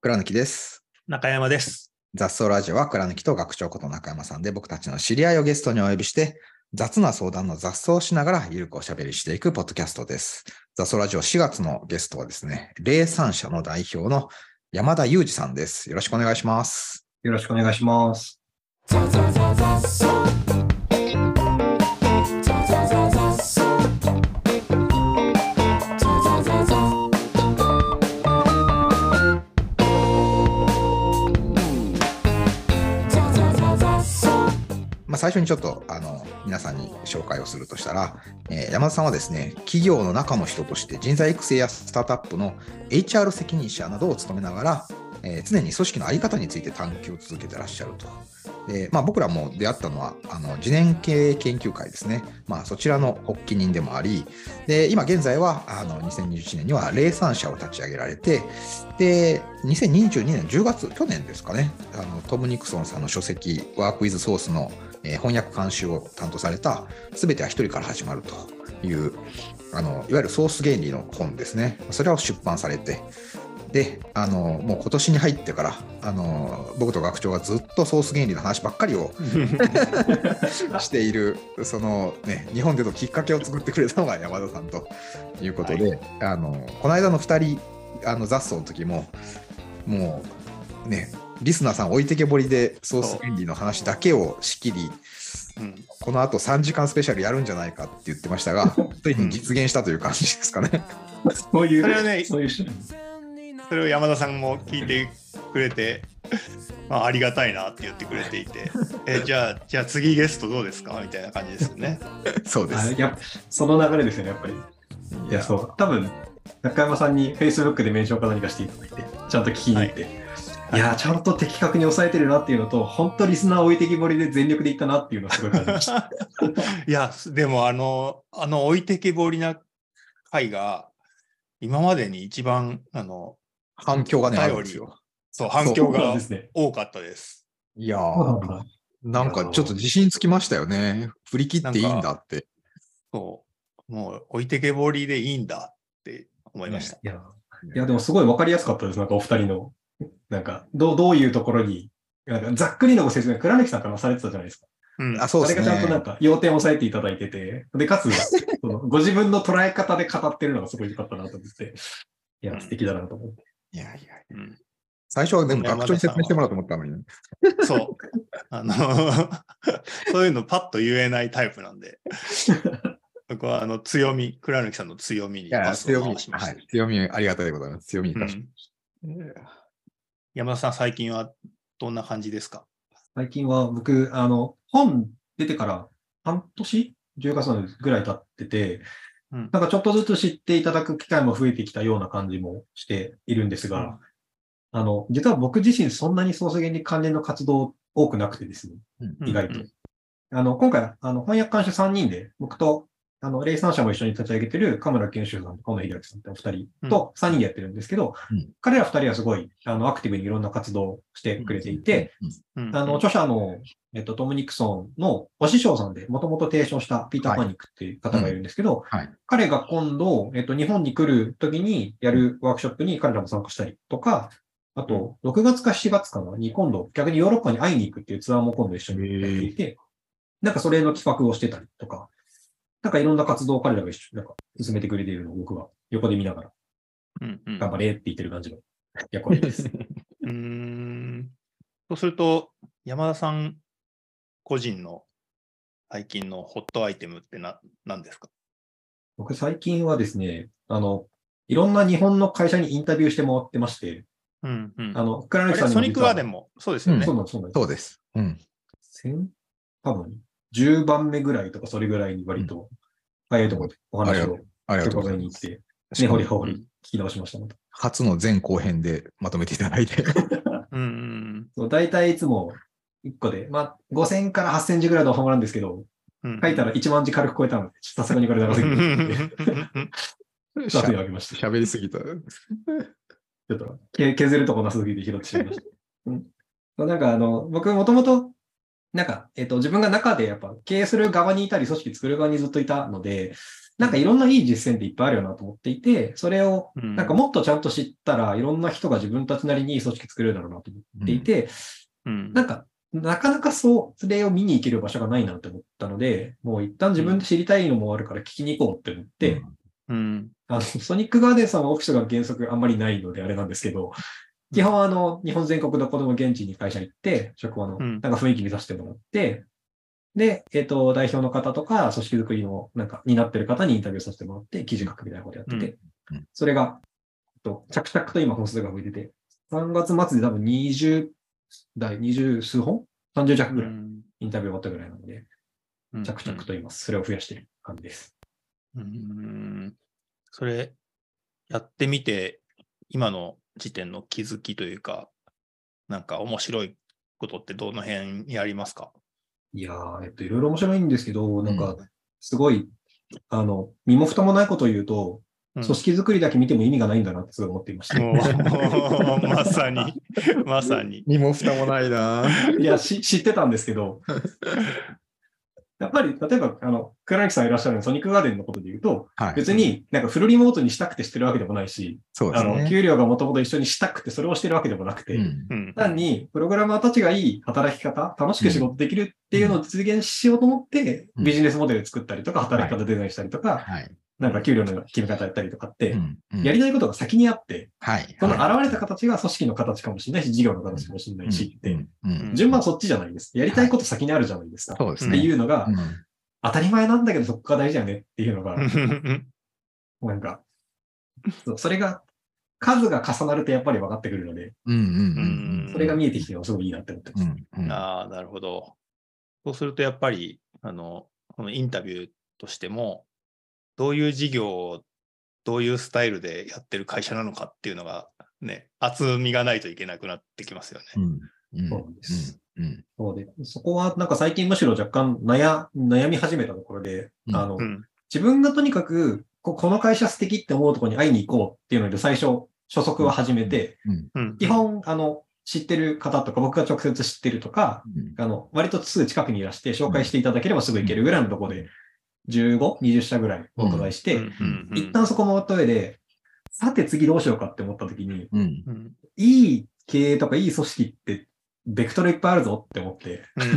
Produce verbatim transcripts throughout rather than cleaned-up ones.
倉貫です。 中山です。 雑草ラジオは倉貫と学長こと中山さんで、僕たちの知り合いをゲストにお呼びして雑な相談の雑草をしながらゆるくおしゃべりしていくポッドキャストです。雑草ラジオしがつのゲストはですね、霊山社の代表の山田裕二さんです。よろしくお願いします。 よろしくお願いします。 まあ、最初にちょっとあの皆さんに紹介をするとしたら、えー、山田さんはですね、企業の中の人として人材育成やスタートアップの エイチアール 責任者などを務めながら、えー、常に組織の在り方について探求を続けてらっしゃると。で、まあ、僕らも出会ったのはあの次年経営研究会ですね、まあ、そちらの発起人でもあり、で今現在はあのにせんにじゅういちねんには霊山社を立ち上げられて、でにせんにじゅうにねんじゅうがつ、去年ですかね、あのトム・ニクソンさんの書籍ワーク・ウィズ・ソースのえー、翻訳監修を担当されたすべては一人から始まるというあのいわゆるソース原理の本ですね。それを出版されて、であのもう今年に入ってからあの僕と学長がずっとソース原理の話ばっかりをしている、そのね、日本でのきっかけを作ってくれたのが山田さんということで、はい、あのこの間のふたりあの雑草の時ももうね、リスナーさん置いてけぼりでソース原理の話だけを仕切り、うん、このあとさんじかんスペシャルやるんじゃないかって言ってましたが、ついに実現したという感じですかね。 そういう、それはね、そういうそれを山田さんも聞いてくれて、まあ、ありがたいなって言ってくれていて、えじゃあじゃあ次ゲストどうですかみたいな感じですよね。 そうです。 いや、その流れですよね、やっぱり。いや、そう、多分中山さんに Facebook でメンションか何かしていただいて、ちゃんと聞きに行って。はい、いやちゃんと的確に抑えてるなっていうのと、本当リスナー置いてきぼりで全力でいったなっていうのをすごい感じました。 いや、でもあの、あの置いてきぼりな回が、今までに一番、あの、 反響がね、あるんですよ。 そう、反響が多かったです。 いやー、なんかちょっと自信つきましたよね。振り切っていいんだって。 そう、もう置いてけぼりでいいんだって思いました。 いや、いやでもすごい分かりやすかったです、なんかお二人の。なんかどう、どういうところに、なんかざっくりのご説明、倉貫さんからされてたじゃないですか。 うん、あ、そうですね。 あれがちゃんとなんか要点を押さえていただいてて、で、かつ、そのご自分の捉え方で語ってるのがすごい良かったなと思って、いや、素敵だなと思って。 いやいやいや。うん、最初はでも学長に説明してもらおうと思ったのにね。 そう。あの、そういうのパッと言えないタイプなんで。そこはあの強み、倉貫さんの強みにパスを回しました。 強み、はい、強みありがたいことです。強みに出しました。うん、 山田さん、最近はどんな感じですか？ 最近は僕、あの、本出てから半年 ?じゅう 月ぐらい経ってて、うん、なんかちょっとずつ知っていただく機会も増えてきたような感じもしているんですが、うん、あの、実は僕自身そんなにソース原理関連の活動多くなくてですね、うん、意外と。うん、あの、今回、あの、翻訳監修さんにんで、僕と、あの、霊山社も一緒に立ち上げてる神村健修さんと河野秀明さんってお二人とさんにんでやってるんですけど、うん、彼らふたりはすごい、あの、アクティブにいろんな活動をしてくれていて、うんうん、あの、著者の、えっと、トム・ニクソンのお師匠さんで、もともと提唱したピーター・パニックっていう方がいるんですけど、はい、彼が今度、えっと、日本に来る時にやるワークショップに彼らも参加したりとか、あと、ろくがつかしちがつかなに今度、逆にヨーロッパに会いに行くっていうツアーも今度一緒にやっていて、なんかそれの企画をしてたりとか、なんかいろんな活動を彼らが一緒になんか進めてくれているのを僕は横で見ながら、うんうん、頑張れって言ってる感じの役割です。 うーん。そうすると、山田さん個人の最近のホットアイテムってな何ですか？ 僕最近はですね、あの、いろんな日本の会社にインタビューしてもらってまして、 うんうん、 あの、倉貫さんにもソニックガーデンもそうですよね。 うん、そうなんです、そうなんです。 そうです。うん。 多分、じゅうばんめぐらいとかそれぐらいに割と、早いところでお話を伺いに行って、根掘り葉掘り聞き直しましたので。 初の前後編でまとめていただいて。 うん、 そう大体いつもいっこで、まあ、ごせんからはっせんじぐらいの本なんですけど、うん、書いたらいちまんじ軽く超えたので、さすがにこれ長すぎる。さすがに上げました。 喋りすぎた。ちょっと削るとこなすぎて拾ってしまいました。うん、なんかあの、僕もともとなんか、えっと、自分が中でやっぱ経営する側にいたり、組織作る側にずっといたので、なんかいろんないい実践っていっぱいあるよなと思っていて、それをなんかもっとちゃんと知ったら、いろんな人が自分たちなりにいい組織作れるだろうなと思っていて、 うん、 なんか、なかなかそう、それを見に行ける場所がないなって思ったので、もう一旦自分で知りたいのもあるから聞きに行こうって思って、 うん、 あの、ソニックガーデンさんはオフィスが原則あんまりないのであれなんですけど、基本あの、日本全国どこでも現地に会社行って、職場のなんか雰囲気見させてもらって、で、えっと、代表の方とか、組織づくりのなんか、になってる方にインタビューさせてもらって、記事書くみたいなことやってて、それが、えっと、着々と今本数が増えてて、さんがつ末で多分にじゅう代、にじゅう数本 ?さんじゅう 弱ぐらい、インタビュー終わったぐらいなので、着々と今、それを増やしている感じです。 うん、それ、やってみて、今の時点の気づきというか、なんか面白いことってどの辺にありますか？ いやー、えっと、いろいろ面白いんですけど、なんか、すごい、あの、身も蓋もないことを言うと、うん、組織づくりだけ見ても意味がないんだなってすごい思っていました。 まさに、まさに。 身も蓋もないな。 いやし、知ってたんですけど、やっぱり、例えば、あの、倉貫さんいらっしゃるソニックガーデンのことで言うと、はい、別になんかフルリモートにしたくてしてるわけでもないし、そうですね、あの、給料がもともと一緒にしたくてそれをしてるわけでもなくて、うん、単にプログラマーたちがいい働き方、楽しく仕事できるっていうのを実現しようと思って、ビジネスモデル作ったりとか、働き方デザインしたりとか、はいはい、なんか給料の決め方やったりとかって、やりたいことが先にあって、はい、その現れた形が組織の形かもしれないし、事業の形かもしれないしって、順番はそっちじゃないです。やりたいこと先にあるじゃないですか。はい、っていうのが、当たり前なんだけどそこが大事だよねっていうのが、なんか、それが、数が重なるとやっぱり分かってくるので、それが見えてきてるのすごいいいなって思ってます。 うんうん、ああ、なるほど。そうするとやっぱり、あの、このインタビューとしても、どういう事業をどういうスタイルでやってる会社なのかっていうのがね、厚みがないといけなくなってきますよね。 うん、そうです。うんうん、そうで、そこはなんか最近むしろ若干悩悩み始めたところで、うん、あの、うん、自分がとにかくこ、この会社素敵って思うところに会いに行こうっていうので最初、初速は始めて、うんうん、基本、あの、知ってる方とか、僕が直接知ってるとか、うん、あの、割とすぐ近くにいらして紹介していただければすぐ行けるぐらいのところで、じゅうご、にじゅっ社ぐらいお伺いして、一旦そこ回った上で、さて次どうしようかって思った時に、うん、いい経営とかいい組織ってベクトルいっぱいあるぞって思って、うん、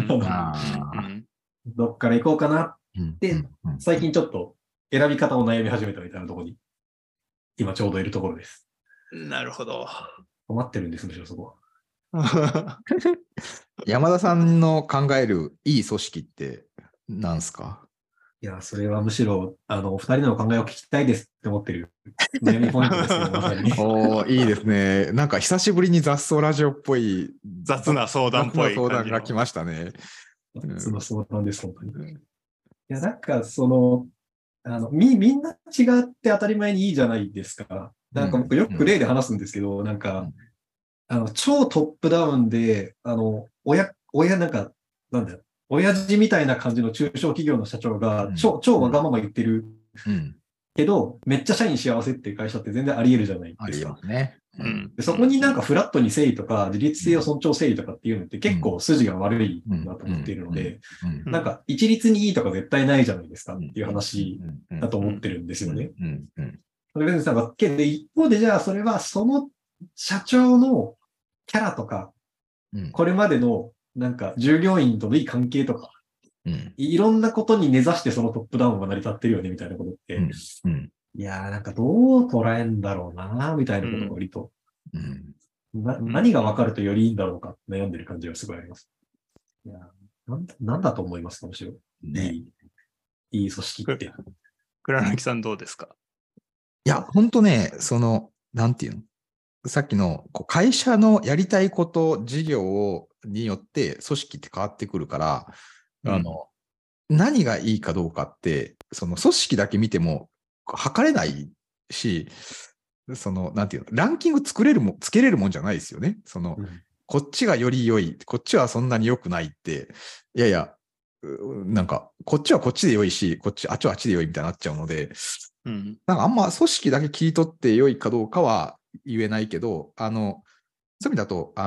どっから行こうかなって、最近ちょっと選び方を悩み始めたみたいなところに、今ちょうどいるところです。 なるほど。 困ってるんです、むしろそこは。山田さんの考えるいい組織って何すか？ いや、それはむしろ、あの、お二人の考えを聞きたいですって思ってる悩みポイントですよ、まさに。 おー、いいですね。なんか久しぶりに雑草ラジオっぽい、 雑な相談っぽい相談が来ましたね。 雑な相談です、本当に。うん、いや、なんか、その、あの、み、みんな違って当たり前にいいじゃないですか。なんか僕よく例で話すんですけど、うん、なんか、うん、あの、超トップダウンで、あの、親、親なんか、なんだよ。親父みたいな感じの中小企業の社長が超、うん、超わがまま言ってる、うん、けど、めっちゃ社員幸せっていう会社って全然あり得るじゃないですか。 ねうん、でそこになんかフラットに誠意とか自律性を尊重誠意とかっていうのって結構筋が悪いなと思っているので、なんか一律にいいとか絶対ないじゃないですかっていう話だと思ってるんですよね。それでなんか、けど一方でじゃあそれはその社長のキャラとか、これまでのなんか従業員とのいい関係とか、うん、いろんなことに根ざしてそのトップダウンが成り立ってるよねみたいなことって、うんうん、いやーなんかどう捉えんだろうなみたいなことが割と、うんな、何が分かるとよりいいんだろうか悩んでる感じがすごいあります。いやなんなんだと思いますか、むしろ、ね、いい、いい組織って。 倉貫さんどうですか？ いや、ほんとね、その、なんていうのさっきのこう会社のやりたいこと、事業をによって組織って変わってくるから、うん、あの、何がいいかどうかって、その組織だけ見ても測れないし、その、なんていうの、ランキング作れるも、つけれるもんじゃないですよね。その、うん、こっちがより良い、こっちはそんなに良くないって、いやいや、なんか、こっちはこっちで良いし、こっち、あっちはあっちで良いみたいになっちゃうので、うん、なんかあんま組織だけ切り取って良いかどうかは言えないけど、あの、そういう意味だと、あの、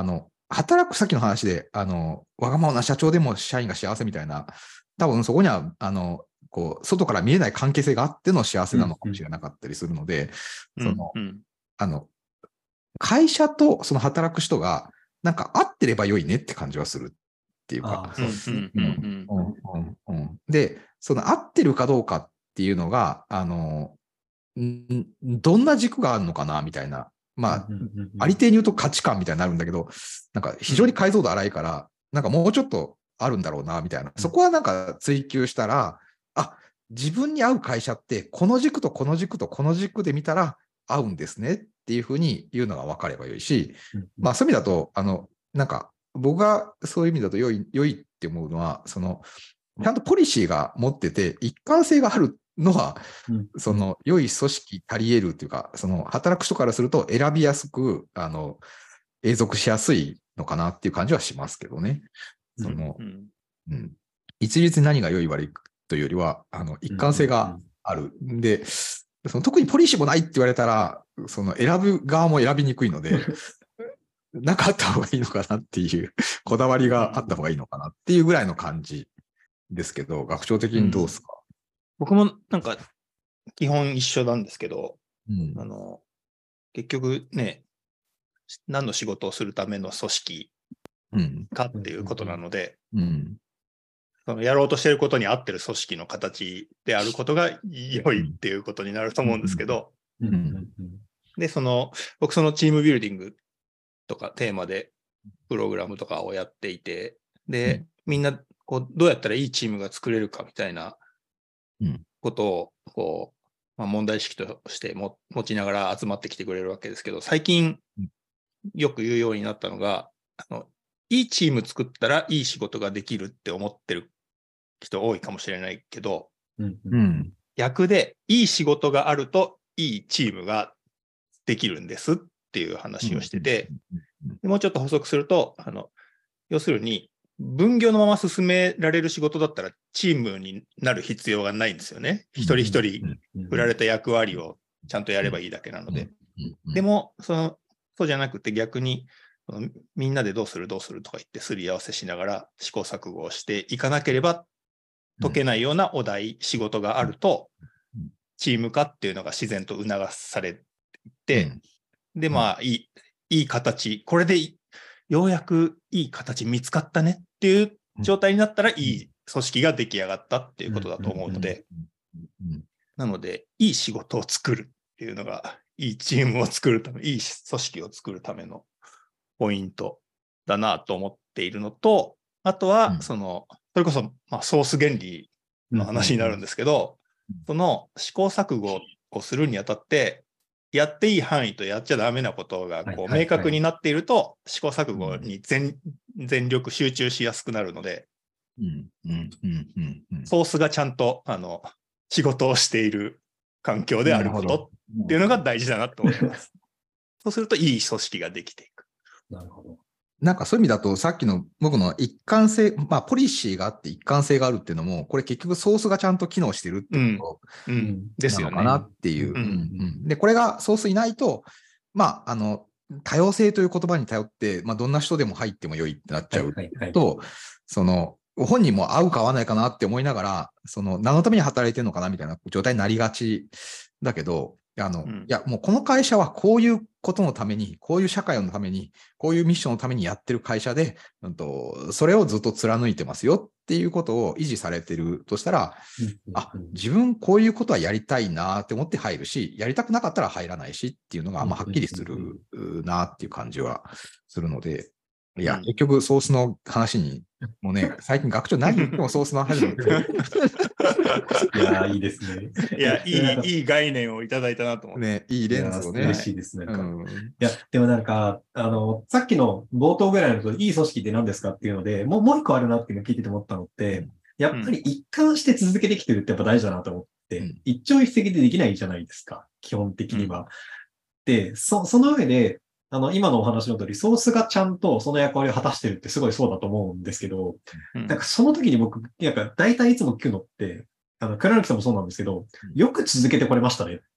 働く、さっきの話で、あの、わがままな社長でも社員が幸せみたいな、多分そこには、あの、こう、外から見えない関係性があっての幸せなのかもしれなかったりするので、 うんうん、 その、 うんうん、 あの、会社とその働く人が、なんか合ってれば良いねって感じはするっていうか。 そうですね。 で、その合ってるかどうかっていうのが、あの、んどんな軸があるのかなみたいな。まあ、ありていに言うと価値観みたいになるんだけど、なんか非常に解像度荒いから、なんかもうちょっとあるんだろうな、みたいな。そこはなんか追求したら、あ、自分に合う会社って、この軸とこの軸とこの軸で見たら合うんですねっていうふうに言うのが分かればよいし、まあそういう意味だと、あの、なんか僕がそういう意味だと良い、良いって思うのは、その、ちゃんとポリシーが持ってて、一貫性があるのは、その良い組織足り得るというか、その働く人からすると選びやすく、あの、永続しやすいのかなっていう感じはしますけどね。その、うんうん、一律に何が良い悪いというよりは、あの、一貫性がある。で、その特にポリシーもないって言われたら、その選ぶ側も選びにくいので、なかった方がいいのかなっていう、こだわりがあった方がいいのかなっていうぐらいの感じですけど、学長的にどうですか？ うん、僕もなんか基本一緒なんですけど、 うん、 あの結局ね、何の仕事をするための組織かっていうことなので、 うん、 そのやろうとしていることに合ってる組織の形であることが良いっていうことになると思うんですけど、で、その僕そのチームビルディングとかテーマでプログラムとかをやっていて、で、みんなこうどうやったらいいチームが作れるかみたいなことをこう、まあ、問題意識としても持ちながら集まってきてくれるわけですけど、最近よく言うようになったのが、あのいいチーム作ったらいい仕事ができるって思ってる人多いかもしれないけど、 うんうん、 逆でいい仕事があるといいチームができるんですっていう話をしてて、もうちょっと補足すると、あの要するに分業のまま進められる仕事だったらチームになる必要がないんですよね。一人一人振られた役割をちゃんとやればいいだけなので。でもそのそうじゃなくて逆にみんなでどうするどうするとか言ってすり合わせしながら試行錯誤をしていかなければ解けないようなお題、仕事があるとチーム化っていうのが自然と促されて、でまあいい、いい形、これでようやくいい形見つかったねっていう状態になったらいい組織が出来上がったっていうことだと思うので、なのでいい仕事を作るっていうのがいいチームを作るため、いい組織を作るためのポイントだなと思っているのと、あとはその、それこそまあソース原理の話になるんですけど、その試行錯誤をするにあたってやっていい範囲とやっちゃダメなことがこう明確になっていると試行錯誤に 全, 全力集中しやすくなるので、ソースがちゃんとあの仕事をしている環境であることっていうのが大事だなと思います。そうするといい組織ができていく。 なるほど。 なんかそういう意味だと、さっきの僕の一貫性、まあ、ポリシーがあって一貫性があるっていうのも、これ結局ソースがちゃんと機能してるってことなのかなっていう。で、これがソースいないと、まあ、あの、多様性という言葉に頼って、まあ、どんな人でも入っても良いってなっちゃうと、はいはいはい、その、本人も合うか合わないかなって思いながら、その、何のために働いてるのかなみたいな状態になりがちだけど、あの、うん、いや、もうこの会社はこういうことのために、こういう社会のために、こういうミッションのためにやってる会社で、うんと、それをずっと貫いてますよっていうことを維持されてるとしたら、うん、あ、自分こういうことはやりたいなって思って入るし、やりたくなかったら入らないしっていうのが、まあ、はっきりするなっていう感じはするので、いや、結局ソースの話に、もうね、最近学長何言ってもソースの話になってる。 いや、いいですね。 いや、いい、いい概念をいただいたなと思って。 ね、いいレンズをね。 嬉しいですね。なんか、うん、いや、でもなんか、あの、さっきの冒頭ぐらいのと、いい組織って何ですかっていうので、もう、もう一個あるなっていうのを聞いてて思ったのって、うん、やっぱり一貫して続けてきてるってやっぱ大事だなと思って、うん、一朝一夕でできないじゃないですか、基本的には。うん、で、そ、その上で、あの、今のお話の通り、ソースがちゃんとその役割を果たしてるってすごいそうだと思うんですけど、うん、なんかその時に僕、なんか大体いつも聞くのって、あの、倉貫さんもそうなんですけど、よく続けてこれましたねっ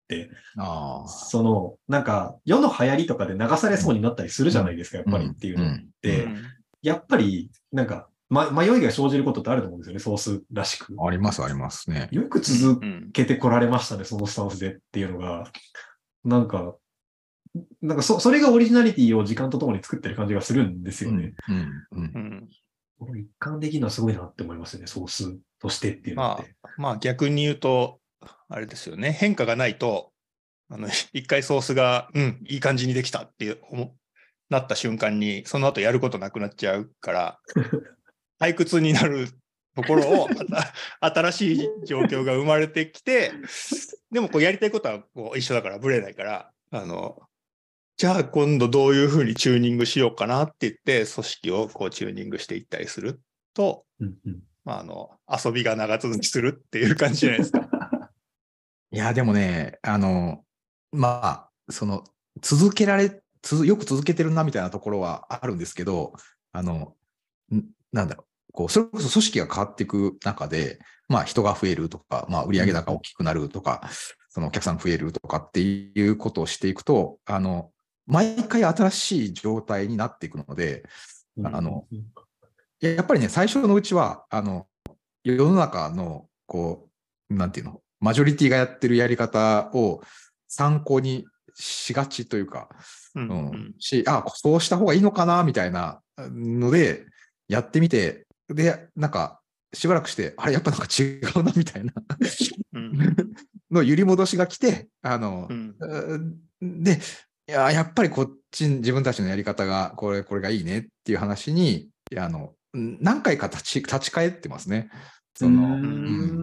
て、 あその、なんか、世の流行りとかで流されそうになったりするじゃないですか、やっぱりっていうのって、 うん、 やっぱり、なんか、ま、迷いが生じることってあると思うんですよね、ソースらしく。 あります、ありますね。 よく続けてこられましたね、そのスタンスでっていうのが、なんか、なんかそ、それがオリジナリティを時間とともに作ってる感じがするんですよね。 うん、うん、うん。 この一貫できるのはすごいなって思いますね、ソースとしてっていうのって。 まあ、まあ逆に言うと、あれですよね、変化がないと、あの、一回ソースが、うん、いい感じにできたっていう思なった瞬間に、その後やることなくなっちゃうから、退屈になるところを、また新しい状況が生まれてきて、でもこうやりたいことはこう一緒だからブレないから、あの、じゃあ今度どういうふうにチューニングしようかなって言って、組織をこうチューニングしていったりすると、 うんうん、 まあ、あの、遊びが長続きするっていう感じじゃないですか。 いや、でもね、あの、まあ、その、続けられ、つよく続けてるなみたいなところはあるんですけど、あの、なんだろう、こう、それこそ組織が変わっていく中で、まあ人が増えるとか、まあ売上高大きくなるとか、そのお客さん増えるとかっていうことをしていくと、あの、毎回新しい状態になっていくので、あの、やっぱりね、最初のうちは、あの、世の中の、こう、なんていうの、マジョリティがやってるやり方を参考にしがちというか、うん、うん、し、あ、そうした方がいいのかな、みたいなので、やってみて、で、なんか、しばらくして、あれ、やっぱなんか違うな、みたいなの揺り戻しが来て、あの、うん、で、いや、やっぱりこっち、自分たちのやり方が、これ、これがいいねっていう話に、あの、何回か立ち、立ち返ってますね。その、うん。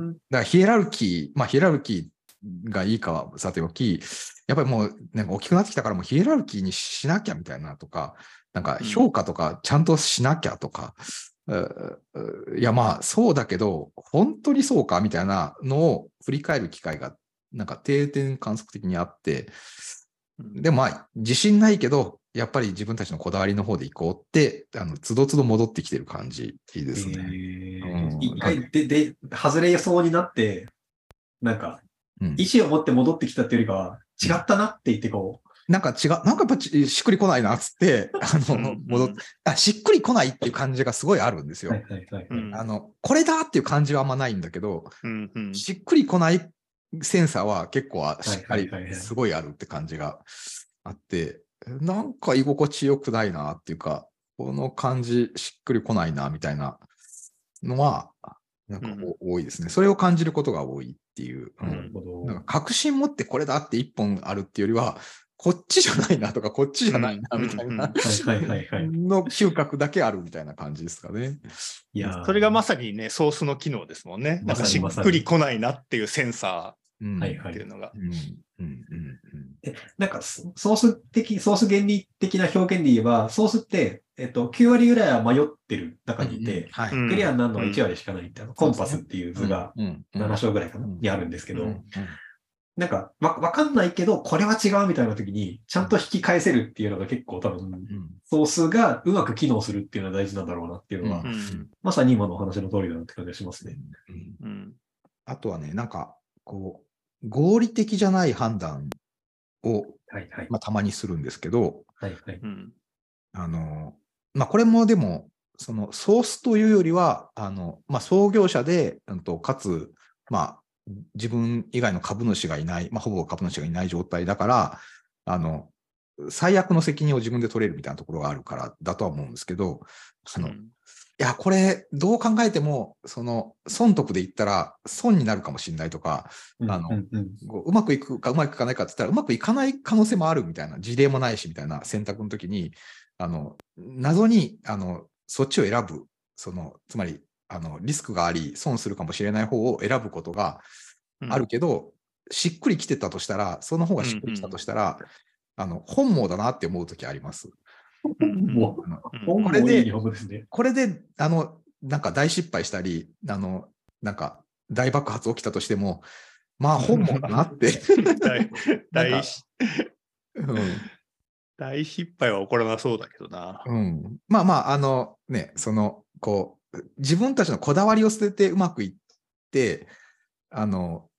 だからヒエラルキー、まあヒエラルキーがいいかはさておき、やっぱりもう、なんか大きくなってきたからもうヒエラルキーにしなきゃみたいなとか、なんか評価とかちゃんとしなきゃとか、うん、いやまあそうだけど、本当にそうかみたいなのを振り返る機会が、なんか定点観測的にあって、でもまあ自信ないけど、やっぱり自分たちのこだわりの方で行こうって、あの、つどつど戻ってきてる感じですね。 一回で、で、外れそうになって、なんか、意思を持って戻ってきたっていうよりかは、違ったなって言ってこう。 なんか違う、なんかやっぱしっくりこないなっつって、あの、戻って、あ、しっくりこないっていう感じがすごいあるんですよ。はいはいはい、あの、これだっていう感じはあんまないんだけど、うんうん、しっくりこないセンサーは結構しっかりすごいあるって感じがあって、なんか居心地よくないなっていうか、この感じしっくりこないなみたいなのは、なんか多いですね、うん。それを感じることが多いっていう。うん、なんか確信持ってこれだって一本あるっていうよりは、こっちじゃないなとか、こっちじゃないなみたいなの嗅覚だけあるみたいな感じですかね。 いや、それがまさにね、ソースの機能ですもんね。なんかしっくりこないなっていうセンサーっていうのが。 なんかソース的、ソース原理的な表現で言えば、ソースって、えっと、きゅうわりぐらいは迷ってる中にいて、うんうんはい、クリアになるのはいちわりしかないって、うん、コンパスっていう図がなな章ぐらいかな、にあるんですけど、うんうんなんかわ、わかんないけど、これは違うみたいな時に、ちゃんと引き返せるっていうのが結構多分、うん、ソースがうまく機能するっていうのは大事なんだろうなっていうのは、うん、まさに今のお話の通りだなって感じがしますね。 うんうん、あとはね、なんか、こう、合理的じゃない判断を、はいはいまあ、たまにするんですけど、はいはいあのまあ、これもでも、そのソースというよりは、あのまあ、創業者で、うんとかつ、まあ、自分以外の株主がいない、まあ、ほぼ株主がいない状態だから、あの、最悪の責任を自分で取れるみたいなところがあるからだとは思うんですけど、あの、うん、いや、これ、どう考えても、その、損得で言ったら損になるかもしれないとか、うん、あの、うんうん、うまくいくかうまくいかないかって言ったら、うまくいかない可能性もあるみたいな、事例もないしみたいな選択の時に、あの、謎に、あの、そっちを選ぶ、その、つまり、あのリスクがあり損するかもしれない方を選ぶことがあるけど、うん、しっくりきてたとしたらその方がしっくりきたとしたら、うんうん、あの本望だなって思う時あります。 もうこれでこれであのなんか大失敗したりあのなんか大爆発起きたとしてもまあ本望だなって大大うん大失敗は起こらなそうだけどな。 うん、まあまあ、あのね、その、こう、自分たちのこだわりを捨ててうまくいって、あの、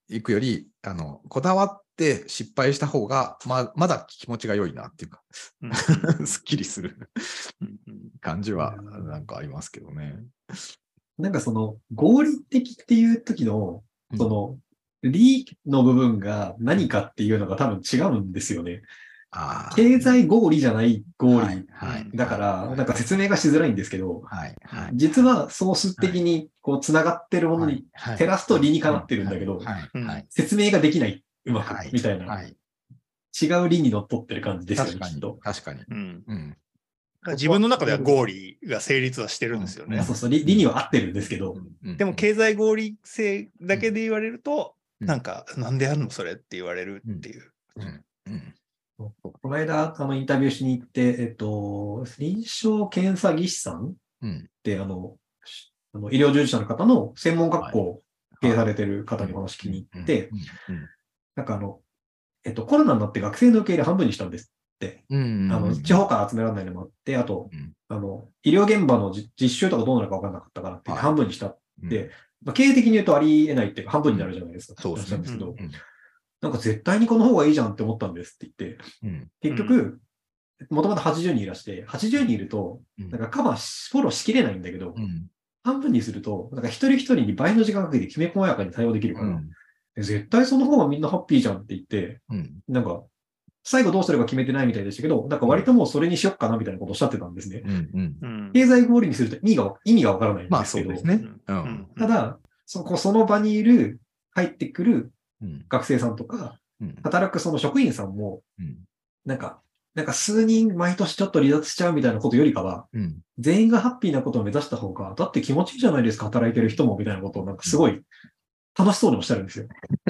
いくより、あの、こだわって失敗した方が、ままだ気持ちが良いなっていうか、すっきりする感じはなんかありますけどね。 なんかその合理的っていう時の、その理の部分が何かっていうのが多分違うんですよね。あ経済合理じゃない合理。だから、なんか説明がしづらいんですけど、はいはい、実はソース的にこう繋がってるものに照らすと理にかなってるんだけど、説明ができない、うまく、みたいな。違う理にのっとってる感じですよね、きっと。 確かに。うんうん自分の中では合理が成立はしてるんですよね。 うん、そうそう理、理には合ってるんですけど。 うん、でも経済合理性だけで言われると、うん、なんか、なんでやるのそれって言われるっていう。うんうんうん、この間、あの、インタビューしに行って、えっと、臨床検査技師さんって、うん、あの、あの医療従事者の方の専門学校を経営されてる方にお話聞きに行って、なんかあの、えっと、コロナになって学生の受け入れ半分にしたんです。うんうんうん、あの地方から集められないのもあって、あと、うん、あの医療現場の実習とかどうなるか分からなかったからって半分にしたって、はいまあ、経営的に言うとありえないっていうか半分になるじゃないですか。そうしたんですけど、うん、なんか絶対にこの方がいいじゃんって思ったんですって言って、うん、結局、もともとはちじゅうにんいらして、はちじゅうにんいると、なんかカバー、フォローしきれないんだけど、うん、半分にすると、なんか一人一人に倍の時間かけてきめ細やかに対応できるから、うん、絶対その方がみんなハッピーじゃんって言って、うん、なんか、最後どうすれば決めてないみたいでしたけど、なんか割ともうそれにしよっかなみたいなことをおっしゃってたんですね。うんうん、経済合理にすると意味が、意味がわからないんですけど。まあそうですね。うん、ただそこ、その場にいる、入ってくる学生さんとか、うん、働くその職員さんも、うん、なんか、なんか数人毎年ちょっと離脱しちゃうみたいなことよりかは、うん、全員がハッピーなことを目指した方が、だって気持ちいいじゃないですか、働いてる人もみたいなことをなんかすごい、楽しそうにおっしゃるんですよ。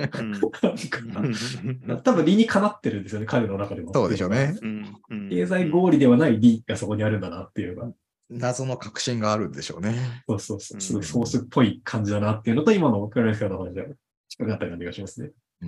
多分理にかなってるんですよね、彼の中でも。 そうでしょうね。 経済合理ではない理がそこにあるんだなっていうのが。 謎の確信があるんでしょうね。 そうそうそう。すごいソースっぽい感じだなっていうのと、今のクライアントの話は近かった感じがしますね。うん。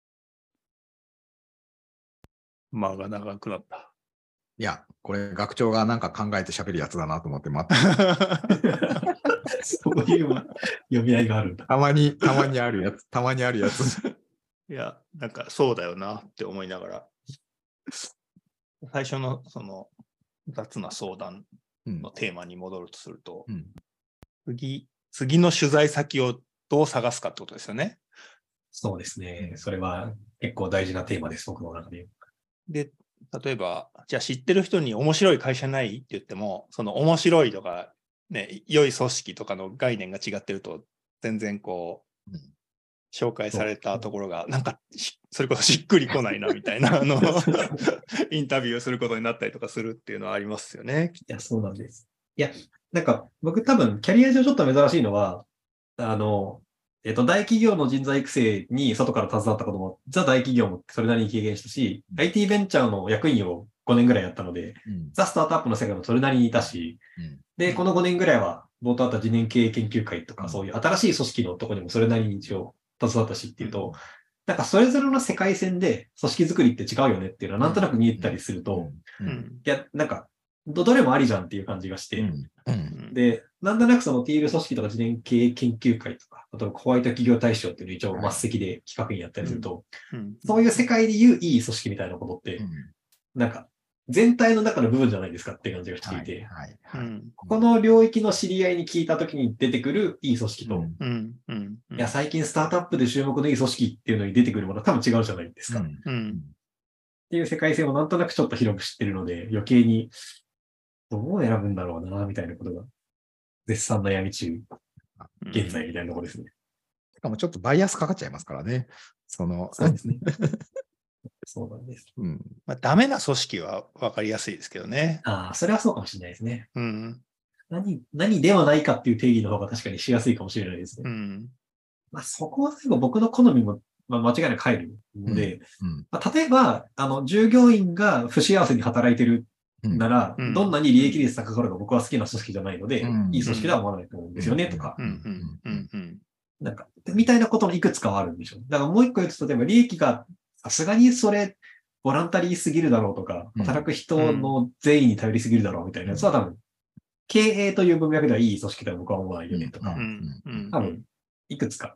間が長くなった。 いや、これ学長がなんか考えて喋るやつだなと思って待って。そういう読み合いがあるんだ。 たまに、たまにあるやつ、たまにあるやつ。 いや、なんかそうだよなって思いながら、最初のその雑な相談のテーマに戻るとすると、うん、次、次の取材先をどう探すかってことですよね。 そうですね。それは結構大事なテーマです、僕の中で。 で、例えば、じゃあ知ってる人に面白い会社ないって言っても、その面白いとか、ね、良い組織とかの概念が違ってると、全然こう、うん、紹介されたところが、なんか、それこそしっくりこないなみたいな、あの、インタビューをすることになったりとかするっていうのはありますよね。 いや、そうなんです。いや、なんか、僕多分、キャリア上ちょっと珍しいのは、あの、えっと、大企業の人材育成に外から携わったことも、ザ大企業もそれなりに経験したし、うん、アイティー ベンチャーの役員をごねんぐらいやったので、うん、ザ・スタートアップの世界もそれなりにいたし、うん、で、このごねんぐらいは、冒頭あった次年経営研究会とか、そういう新しい組織のところにもそれなりに一応携わったしっていうと、なんかそれぞれの世界線で組織作りって違うよねっていうのはなんとなく見えたりすると、いや、なんか、どれもありじゃんっていう感じがして、うんうん、で、なんとなくそのティール組織とか次年経営研究会とか、あとホワイト企業大賞っていうのを一応末席で企画員やったりすると、はいうん、そういう世界でいういい組織みたいなことって、うん、なんか全体の中の部分じゃないですかっていう感じがしていて、はいはいはい、ここの領域の知り合いに聞いたときに出てくるいい組織と、うんうん、いや最近スタートアップで注目のいい組織っていうのに出てくるものは多分違うじゃないですか。うんうん、っていう世界線をなんとなくちょっと広く知ってるので、余計にどう選ぶんだろうな、みたいなことが、絶賛悩み中、現在みたいなところですね。 しかもちょっとバイアスかかっちゃいますからね。その、 そうですね。そうなんです。 うん。まあ、ダメな組織は分かりやすいですけどね。 ああ、それはそうかもしれないですね。うん。何、何ではないかっていう定義の方が確かにしやすいかもしれないですね。うん。まあ、そこは最後僕の好みも、まあ、間違いなく入るので、うんうんまあ、例えば、あの、従業員が不幸せに働いてるなら、うん、どんなに利益率高かろうが僕は好きな組織じゃないので、うん、いい組織では思わないと思うんですよね、とか。なんか、みたいなこともいくつかはあるんでしょう。だからもう一個言うと、例えば利益がさすがにそれ、ボランタリーすぎるだろうとか、働く人の善意に頼りすぎるだろうみたいなやつは多分、経営という文脈ではいい組織では僕は思わないよね、とか。多分、いくつか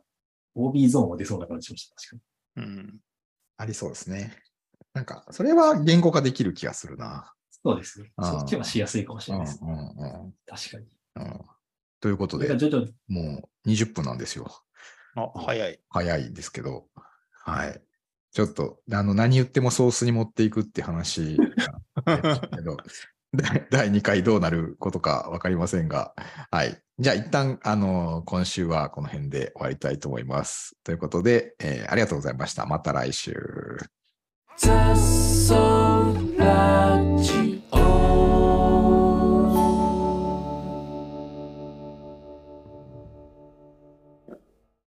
オービー ゾーンは出そうな感じしました。確かに。うん。 ありそうですね。なんか、それは言語化できる気がするな。 そうですね。そっちはしやすいかもしれないです、ね。 うんうんうん、 確かに、 うん。ということで、もうにじゅっぷんなんですよ。 あ、早い。 早いですけど、はい。ちょっと、あの、何言ってもソースに持っていくって話ですけど、だいにかいどうなることかわかりませんが、はい。じゃあ一旦、あの、今週はこの辺で終わりたいと思います。ということで、えー、ありがとうございました。また来週。雑草ラジオ